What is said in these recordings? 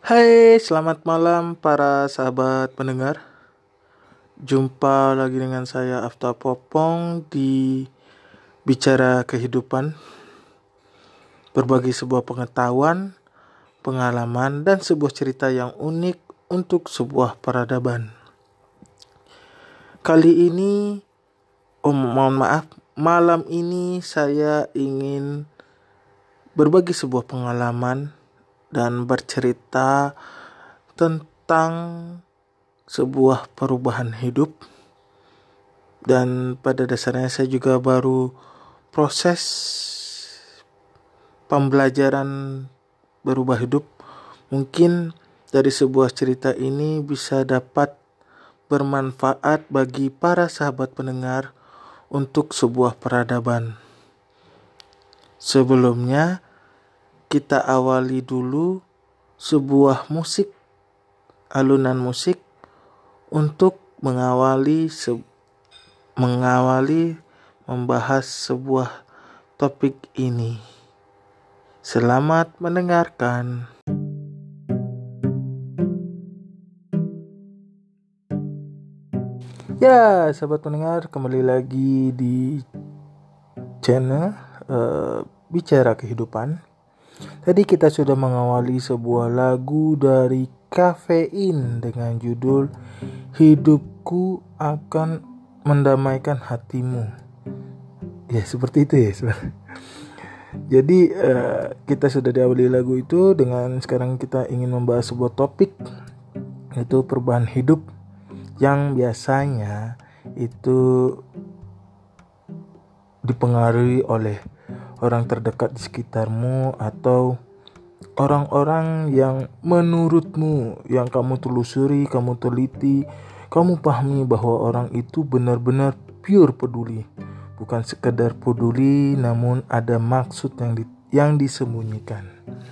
Hai, selamat malam para sahabat pendengar. Jumpa lagi dengan saya Afta Popong di Bicara Kehidupan. Berbagi sebuah pengetahuan, pengalaman, dan sebuah cerita yang unik untuk sebuah peradaban. Kali ini, malam ini saya ingin berbagi sebuah pengalaman dan bercerita tentang sebuah perubahan hidup. Dan pada dasarnya saya juga baru proses pembelajaran berubah hidup. Mungkin dari sebuah cerita ini bisa dapat bermanfaat bagi para sahabat pendengar untuk sebuah peradaban. Sebelumnya kita awali dulu sebuah alunan musik untuk mengawali membahas sebuah topik ini. Selamat mendengarkan. Ya, sahabat pendengar, kembali lagi di channel Bicara Kehidupan. Tadi kita sudah mengawali sebuah lagu dari Kafein dengan judul Hidupku Akan Mendamaikan Hatimu. Ya, seperti itu ya. Jadi kita sudah diawali lagu itu dengan sekarang kita ingin membahas sebuah topik, yaitu perubahan hidup yang biasanya itu dipengaruhi oleh orang terdekat di sekitarmu atau orang-orang yang menurutmu, yang kamu telusuri, kamu teliti, kamu pahami bahwa orang itu benar-benar pure peduli. Bukan sekedar peduli, namun ada maksud yang disembunyikan.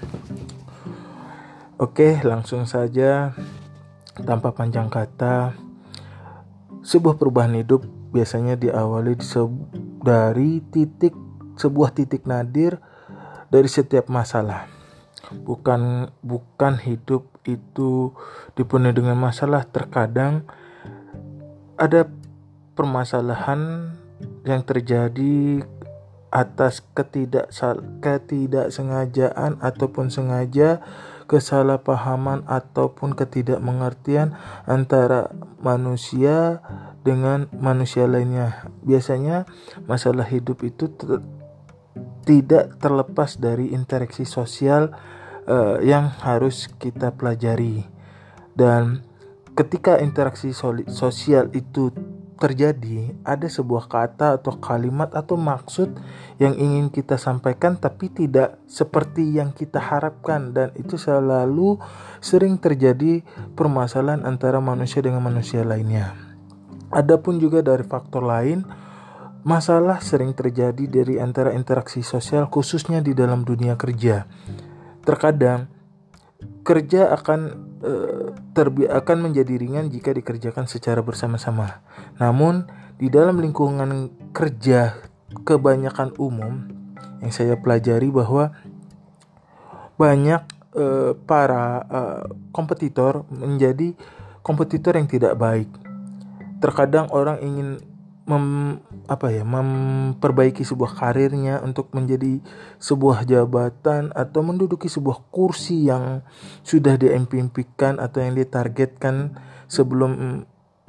Oke, langsung saja tanpa panjang kata. Sebuah perubahan hidup biasanya diawali dari sebuah titik nadir dari setiap masalah. Bukan hidup itu dipenuhi dengan masalah. Terkadang ada permasalahan yang terjadi atas ketidaksengajaan ataupun sengaja, kesalahpahaman ataupun ketidakmengertian antara manusia dengan manusia lainnya. Biasanya masalah hidup itu tidak terlepas dari interaksi sosial yang harus kita pelajari. Dan ketika interaksi sosial itu terjadi, ada sebuah kata atau kalimat atau maksud yang ingin kita sampaikan tapi tidak seperti yang kita harapkan, dan itu selalu sering terjadi permasalahan antara manusia dengan manusia lainnya. Adapun juga dari faktor lain, masalah sering terjadi dari antara interaksi sosial, khususnya di dalam dunia kerja. Terkadang kerja akan menjadi ringan jika dikerjakan secara bersama-sama. Namun di dalam lingkungan kerja kebanyakan umum yang saya pelajari bahwa banyak para kompetitor menjadi kompetitor yang tidak baik. Terkadang orang ingin memperbaiki sebuah karirnya untuk menjadi sebuah jabatan atau menduduki sebuah kursi yang sudah diimpikan atau yang ditargetkan sebelum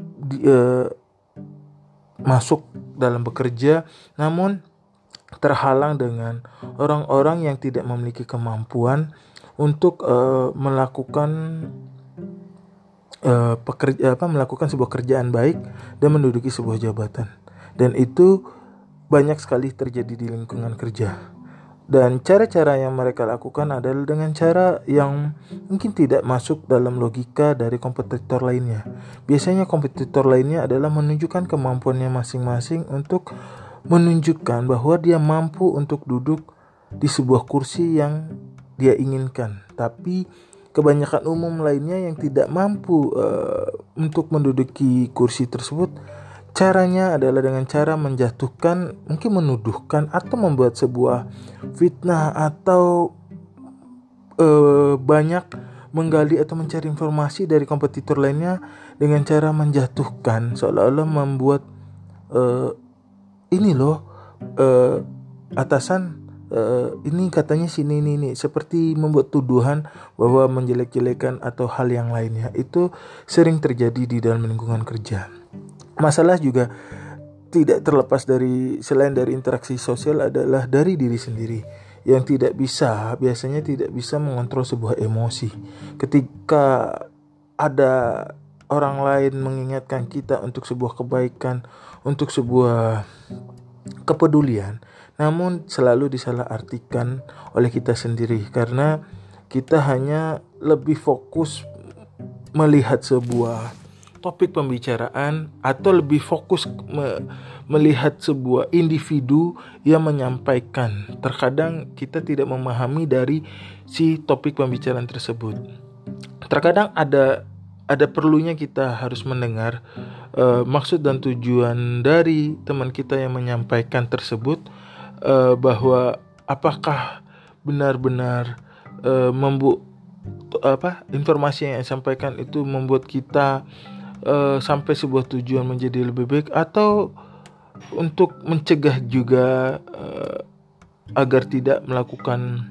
masuk dalam bekerja, namun terhalang dengan orang-orang yang tidak memiliki kemampuan untuk melakukan sebuah kerjaan baik dan menduduki sebuah jabatan. Dan itu banyak sekali terjadi di lingkungan kerja. Dan cara-cara yang mereka lakukan adalah dengan cara yang mungkin tidak masuk dalam logika dari kompetitor lainnya. Biasanya kompetitor lainnya adalah menunjukkan kemampuannya masing-masing untuk menunjukkan bahwa dia mampu untuk duduk di sebuah kursi yang dia inginkan. Tapi kebanyakan umum lainnya yang tidak mampu untuk menduduki kursi tersebut, caranya adalah dengan cara menjatuhkan, mungkin menuduhkan atau membuat sebuah fitnah atau banyak menggali atau mencari informasi dari kompetitor lainnya dengan cara menjatuhkan, seolah-olah membuat ini loh atasan ini katanya sini ini seperti membuat tuduhan bahwa menjelek-jelekan atau hal yang lainnya. Itu sering terjadi di dalam lingkungan kerja. Masalah juga tidak terlepas selain dari interaksi sosial adalah dari diri sendiri yang biasanya tidak bisa mengontrol sebuah emosi. Ketika ada orang lain mengingatkan kita untuk sebuah kebaikan, untuk sebuah kepedulian, namun selalu disalahartikan oleh kita sendiri karena kita hanya lebih fokus melihat sebuah topik pembicaraan atau lebih fokus melihat sebuah individu yang menyampaikan. Terkadang kita tidak memahami dari si topik pembicaraan tersebut. Terkadang ada perlunya kita harus mendengar maksud dan tujuan dari teman kita yang menyampaikan tersebut, bahwa apakah benar-benar informasi yang disampaikan itu membuat kita sampai sebuah tujuan menjadi lebih baik, atau untuk mencegah juga agar tidak melakukan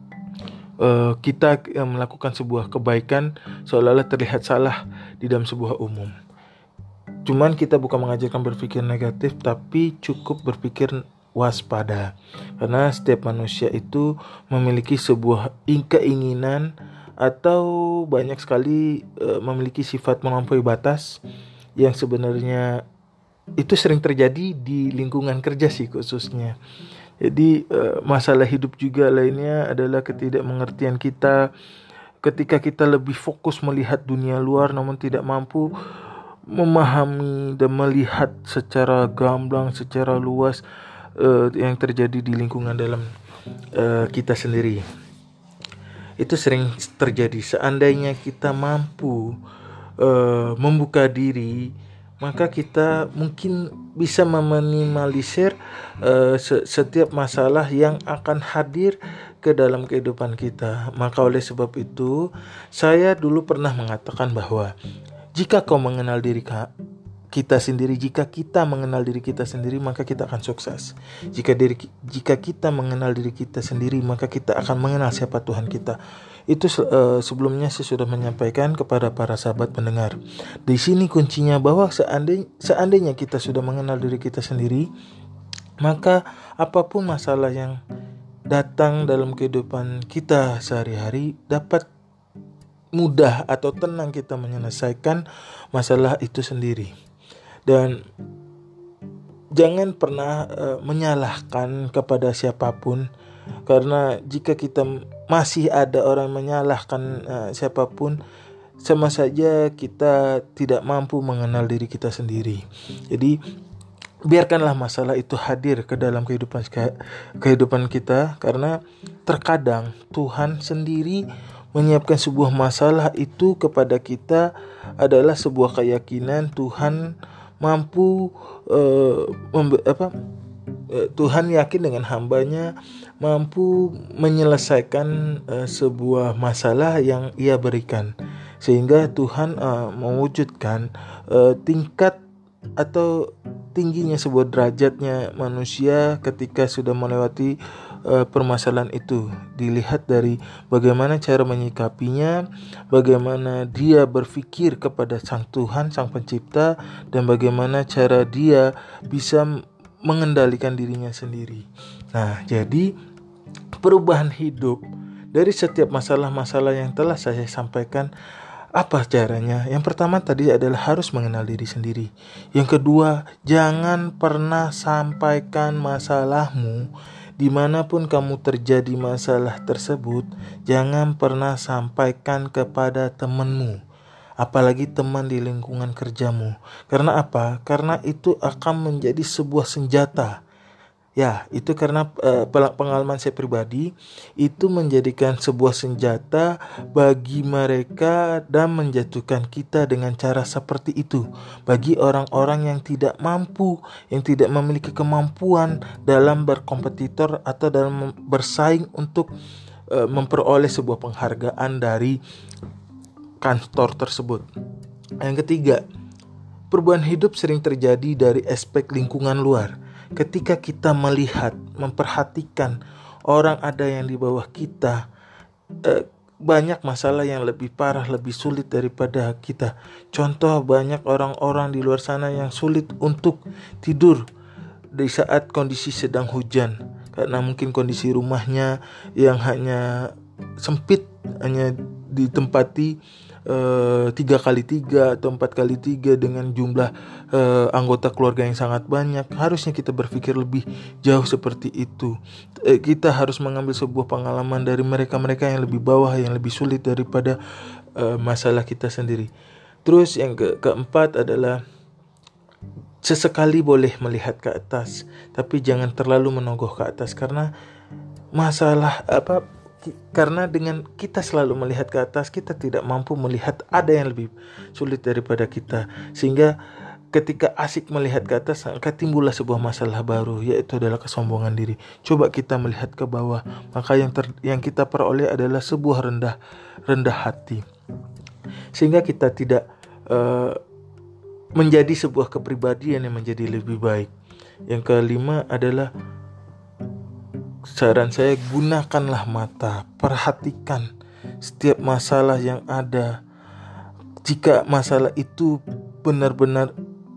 kita melakukan sebuah kebaikan seolah-olah terlihat salah di dalam sebuah umum. Cuman kita bukan mengajarkan berpikir negatif, tapi cukup berpikir waspada. Karena setiap manusia itu memiliki sebuah keinginan atau banyak sekali memiliki sifat melampaui batas yang sebenarnya itu sering terjadi di lingkungan kerja sih khususnya. Jadi masalah hidup juga lainnya adalah ketidakmengertian kita ketika kita lebih fokus melihat dunia luar namun tidak mampu memahami dan melihat secara gamblang, secara luas yang terjadi di lingkungan dalam kita sendiri. Itu sering terjadi. Seandainya kita mampu membuka diri, maka kita mungkin bisa meminimalisir setiap masalah yang akan hadir ke dalam kehidupan kita. Maka oleh sebab itu, saya dulu pernah mengatakan bahwa jika kau mengenal diri kita sendiri, jika kita mengenal diri kita sendiri, maka kita akan sukses. Jika kita mengenal diri kita sendiri, maka kita akan mengenal siapa Tuhan kita. Itu sebelumnya saya sudah menyampaikan kepada para sahabat pendengar. Di sini kuncinya bahwa seandainya kita sudah mengenal diri kita sendiri, maka apapun masalah yang datang dalam kehidupan kita sehari-hari dapat mudah atau tenang kita menyelesaikan masalah itu sendiri. Dan jangan pernah menyalahkan kepada siapapun, karena jika kita masih ada orang menyalahkan siapapun, sama saja kita tidak mampu mengenal diri kita sendiri. Jadi biarkanlah masalah itu hadir ke dalam kehidupan kita, karena terkadang Tuhan sendiri menyiapkan sebuah masalah itu kepada kita adalah sebuah keyakinan Tuhan mampu Tuhan yakin dengan hambanya mampu menyelesaikan sebuah masalah yang Ia berikan, sehingga Tuhan mewujudkan tingkat atau tingginya sebuah derajatnya manusia ketika sudah melewati permasalahan itu. Dilihat dari bagaimana cara menyikapinya, bagaimana dia berpikir kepada Sang Tuhan, Sang Pencipta, dan bagaimana cara dia bisa mengendalikan dirinya sendiri. Nah, jadi perubahan hidup dari setiap masalah-masalah yang telah saya sampaikan, apa caranya? Yang pertama tadi adalah harus mengenal diri sendiri. Yang kedua, jangan pernah sampaikan masalahmu dimanapun kamu terjadi masalah tersebut. Jangan pernah sampaikan kepada temanmu, apalagi teman di lingkungan kerjamu. Karena apa? Karena itu akan menjadi sebuah senjata. Ya, itu karena pengalaman saya pribadi itu menjadikan sebuah senjata bagi mereka dan menjatuhkan kita dengan cara seperti itu. Bagi orang-orang yang tidak mampu, yang tidak memiliki kemampuan dalam berkompetitor atau dalam bersaing untuk memperoleh sebuah penghargaan dari kantor tersebut. Yang ketiga, perubahan hidup sering terjadi dari aspek lingkungan luar. Ketika kita melihat, memperhatikan orang ada yang di bawah kita, banyak masalah yang lebih parah, lebih sulit daripada kita. Contoh, banyak orang-orang di luar sana yang sulit untuk tidur di saat kondisi sedang hujan, karena mungkin kondisi rumahnya yang hanya sempit, hanya ditempati 3x3 atau 4x3 dengan jumlah anggota keluarga yang sangat banyak. Harusnya kita berpikir lebih jauh seperti itu. Kita harus mengambil sebuah pengalaman dari mereka-mereka yang lebih bawah, yang lebih sulit daripada masalah kita sendiri. Terus yang keempat adalah sesekali boleh melihat ke atas, tapi jangan terlalu menonggoh ke atas, karena karena dengan kita selalu melihat ke atas, kita tidak mampu melihat ada yang lebih sulit daripada kita. Sehingga ketika asik melihat ke atas, maka timbullah sebuah masalah baru, yaitu adalah kesombongan diri. Coba kita melihat ke bawah, maka yang kita peroleh adalah sebuah rendah hati. Sehingga kita tidak menjadi sebuah kepribadian yang menjadi lebih baik. Yang kelima adalah, saran saya, gunakanlah mata, perhatikan setiap masalah yang ada. Jika masalah itu benar-benar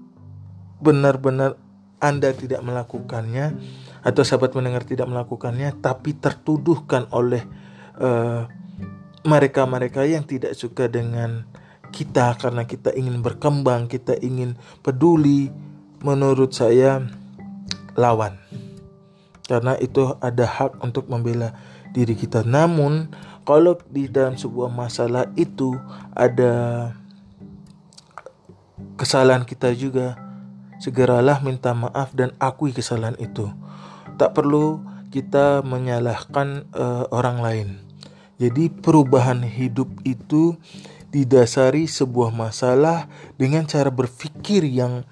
Anda tidak melakukannya, atau sahabat mendengar tidak melakukannya, tapi tertuduhkan oleh mereka-mereka yang tidak suka dengan kita karena kita ingin berkembang, kita ingin peduli, menurut saya lawan. Karena itu ada hak untuk membela diri kita. Namun kalau di dalam sebuah masalah itu ada kesalahan kita juga, segeralah minta maaf dan akui kesalahan itu. Tak perlu kita menyalahkan orang lain. Jadi perubahan hidup itu didasari sebuah masalah dengan cara berpikir yang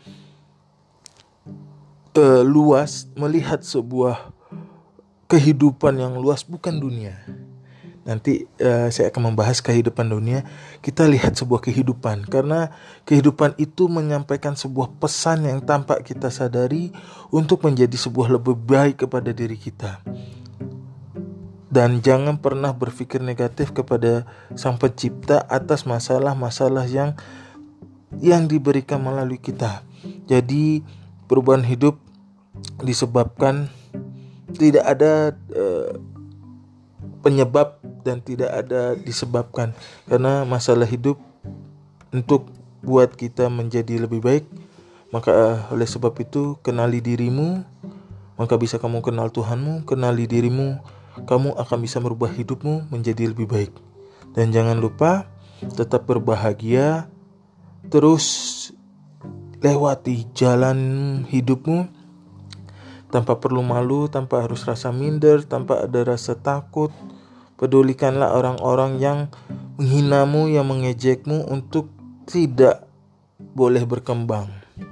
luas, melihat sebuah kehidupan yang luas, bukan dunia. Nanti saya akan membahas kehidupan dunia. Kita lihat sebuah kehidupan, karena kehidupan itu menyampaikan sebuah pesan yang tanpa kita sadari untuk menjadi sebuah lebih baik kepada diri kita. Dan jangan pernah berpikir negatif kepada Sang Pencipta atas masalah-masalah yang diberikan melalui kita. Jadi perubahan hidup disebabkan, tidak ada penyebab dan tidak ada disebabkan, karena masalah hidup untuk buat kita menjadi lebih baik. Maka oleh sebab itu, kenali dirimu, maka bisa kamu kenal Tuhanmu. Kenali dirimu, kamu akan bisa merubah hidupmu menjadi lebih baik. Dan jangan lupa tetap berbahagia, terus lewati jalan hidupmu tanpa perlu malu, tanpa harus rasa minder, tanpa ada rasa takut. Pedulikanlah orang-orang yang menghinamu, yang mengejekmu, untuk tidak boleh berkembang.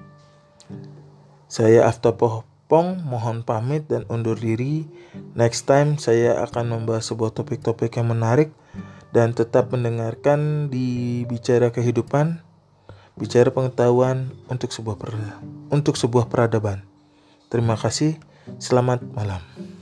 Saya Afta Pong, mohon pamit dan undur diri. Next time saya akan membahas sebuah topik-topik yang menarik, dan tetap mendengarkan di Bicara Kehidupan, bicara pengetahuan untuk sebuah peradaban. Terima kasih, selamat malam.